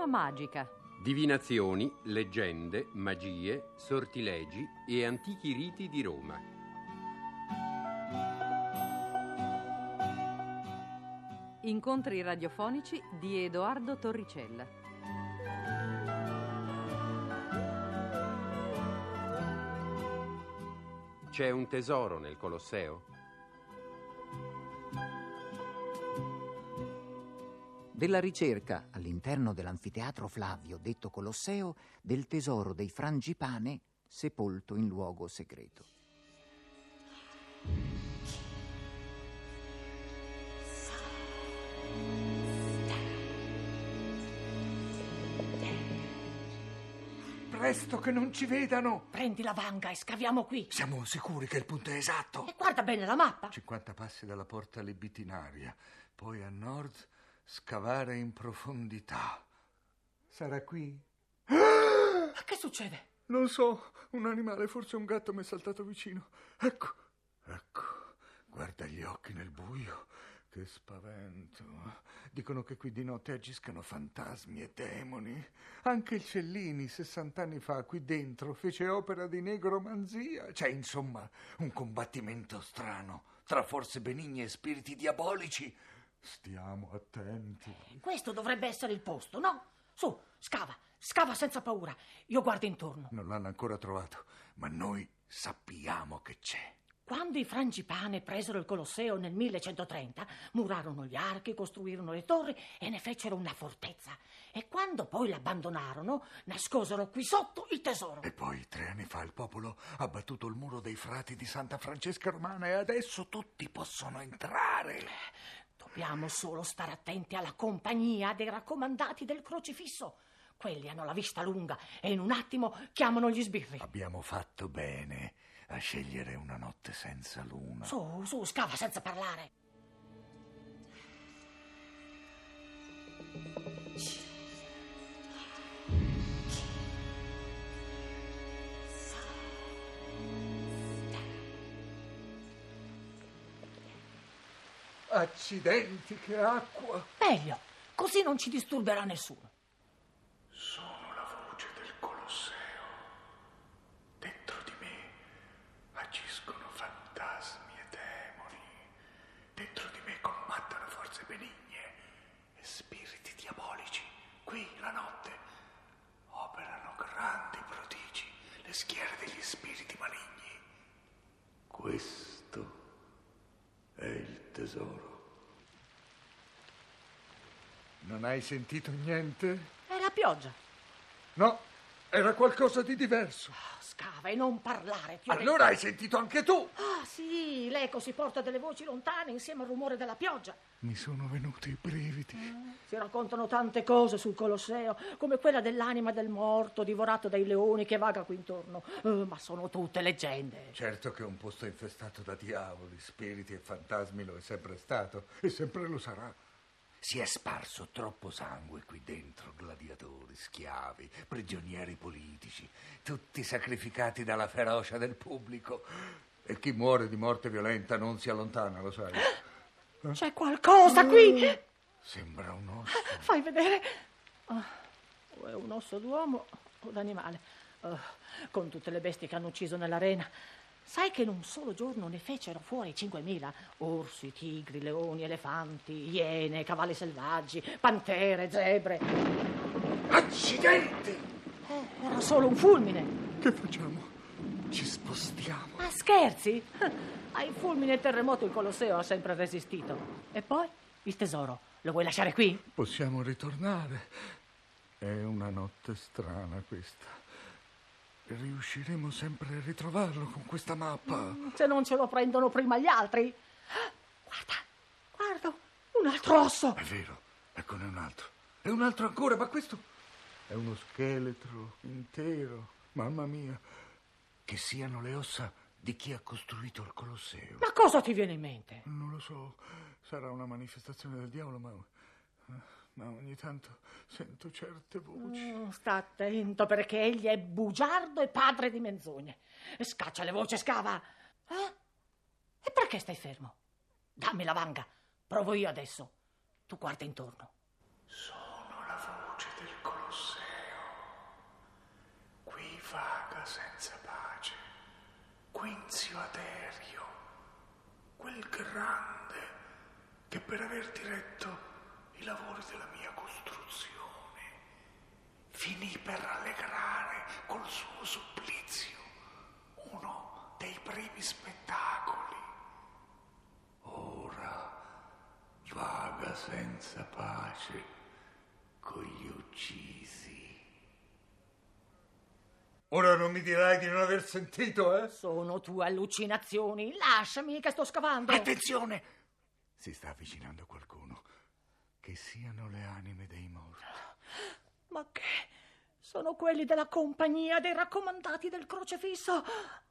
magica. Divinazioni, leggende, magie, sortilegi e antichi riti di Roma. Incontri radiofonici di Edoardo Torricella. C'è un tesoro nel Colosseo? Della ricerca, all'interno dell'anfiteatro Flavio, detto Colosseo, del tesoro dei Frangipane sepolto in luogo segreto. Presto che non ci vedano! Prendi la vanga e scaviamo qui. Siamo sicuri che il punto è esatto? E guarda bene la mappa. 50 passi dalla porta libitinaria, poi a nord scavare in profondità. Sarà qui? Ma che succede? Non so, un animale, forse un gatto mi è saltato vicino. Ecco, guarda gli occhi nel buio. Che spavento. Dicono che qui di notte agiscano fantasmi e demoni. Anche il Cellini, 60 anni fa, qui dentro, fece opera di negromanzia. C'è, insomma, un combattimento strano tra forze benigne e spiriti diabolici. Stiamo attenti. Questo dovrebbe essere il posto, no? Su, scava senza paura. Io guardo intorno. Non l'hanno ancora trovato, ma noi sappiamo che c'è. Quando i Frangipane presero il Colosseo nel 1130, murarono gli archi, costruirono le torri e ne fecero una fortezza. E quando poi l'abbandonarono, nascosero qui sotto il tesoro. E poi 3 anni fa il popolo ha battuto il muro dei frati di Santa Francesca Romana e adesso tutti possono entrare. Dobbiamo solo stare attenti alla compagnia dei raccomandati del crocifisso. Quelli hanno la vista lunga e in un attimo chiamano gli sbirri. Abbiamo fatto bene a scegliere una notte senza luna. Su, scava senza parlare. Accidenti, che acqua! Meglio, così non ci disturberà nessuno. Sono la voce del Colosseo. Dentro di me agiscono fantasmi e demoni. Dentro di me combattono forze benigne e spiriti diabolici. Qui, la notte, operano grandi prodigi le schiere degli spiriti maligni. Questo è il tesoro. Non hai sentito niente? È la pioggia. No, era qualcosa di diverso. Scava e non parlare più. Allora hai sentito anche tu? Ah, sì, l'eco si porta delle voci lontane insieme al rumore della pioggia. Mi sono venuti i brividi. Si raccontano tante cose sul Colosseo, come quella dell'anima del morto divorato dai leoni che vaga qui intorno. Ma sono tutte leggende. Certo che un posto infestato da diavoli, spiriti e fantasmi lo è sempre stato e sempre lo sarà. Si è sparso troppo sangue qui dentro, gladiatori, schiavi, prigionieri politici, tutti sacrificati dalla ferocia del pubblico. E chi muore di morte violenta non si allontana, lo sai. C'è qualcosa qui! Sembra un osso. Fai vedere. O è un osso d'uomo o d'animale. Con tutte le bestie che hanno ucciso nell'arena. Sai che in un solo giorno ne fecero fuori 5.000? Orsi, tigri, leoni, elefanti, iene, cavalli selvaggi, pantere, zebre. Accidenti! Era solo un fulmine. Che facciamo? Ci spostiamo. Ma scherzi? Ai fulmini e terremoto il Colosseo ha sempre resistito. E poi? Il tesoro, lo vuoi lasciare qui? Possiamo ritornare. È una notte strana questa. Riusciremo sempre a ritrovarlo con questa mappa. Se non ce lo prendono prima gli altri. Guarda, un altro osso. È vero, eccone un altro. E un altro ancora, ma questo è uno scheletro intero. Mamma mia, che siano le ossa di chi ha costruito il Colosseo. Ma cosa ti viene in mente? Non lo so, sarà una manifestazione del diavolo, ma ogni tanto sento certe voci. Sta attento, perché egli è bugiardo e padre di menzogne. Scaccia le voci, scava. E perché stai fermo? Dammi la vanga, provo io adesso. Tu guarda intorno. Sono la voce del Colosseo. senza pace, Quinzio Aterio, quel grande che per aver diretto i lavori della mia costruzione finì per rallegrare col suo supplizio uno dei primi spettacoli. Ora vaga senza pace con gli uccisi. Ora non mi dirai di non aver sentito, eh? Sono tue allucinazioni. Lasciami che sto scavando. Attenzione! Si sta avvicinando qualcuno. Che siano le anime dei morti. Ma che? Sono quelli della compagnia dei raccomandati del crocefisso.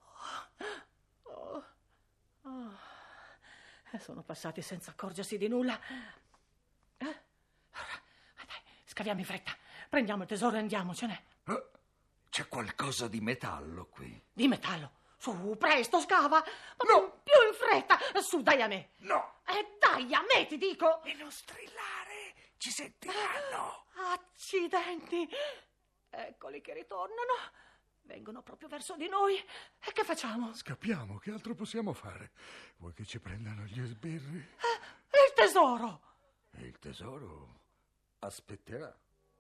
Sono passati senza accorgersi di nulla. Dai, scaviamo in fretta. Prendiamo il tesoro e andiamocene. C'è qualcosa di metallo qui. Di metallo? Su, presto, scava. Ma No. più in fretta. Su, dai a me. No! Dai a me, ti dico. E non strillare! Ci sentiranno! Accidenti. Eccoli che ritornano. Vengono proprio verso di noi. E che facciamo? Scappiamo, che altro possiamo fare? Vuoi che ci prendano gli sbirri? Il tesoro. E il tesoro aspetterà.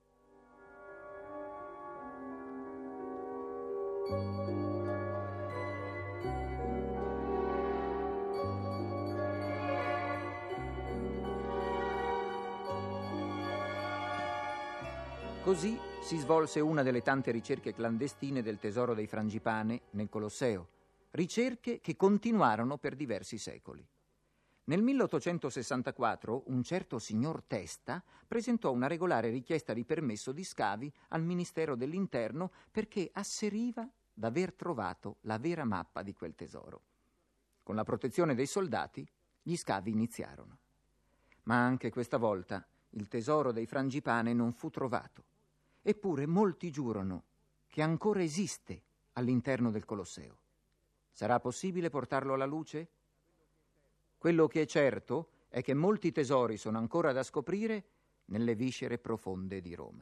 Così si svolse una delle tante ricerche clandestine del tesoro dei Frangipane nel Colosseo, ricerche che continuarono per diversi secoli. Nel 1864 un certo signor Testa presentò una regolare richiesta di permesso di scavi al Ministero dell'Interno perché asseriva d'aver trovato la vera mappa di quel tesoro. Con la protezione dei soldati, gli scavi iniziarono. Ma anche questa volta il tesoro dei Frangipane non fu trovato. Eppure molti giurano che ancora esiste all'interno del Colosseo. Sarà possibile portarlo alla luce? Quello che è certo è che molti tesori sono ancora da scoprire nelle viscere profonde di Roma.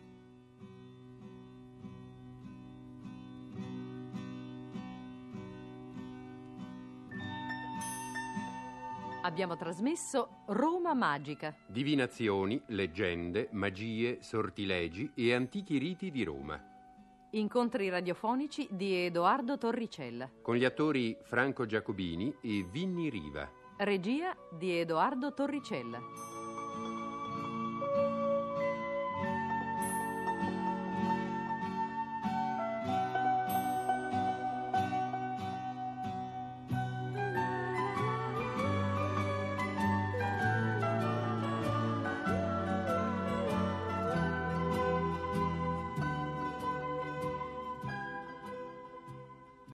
Abbiamo trasmesso Roma Magica. Divinazioni, leggende, magie, sortilegi e antichi riti di Roma. Incontri radiofonici di Edoardo Torricella. Con gli attori Franco Giacobini e Vinni Riva. Regia di Edoardo Torricella.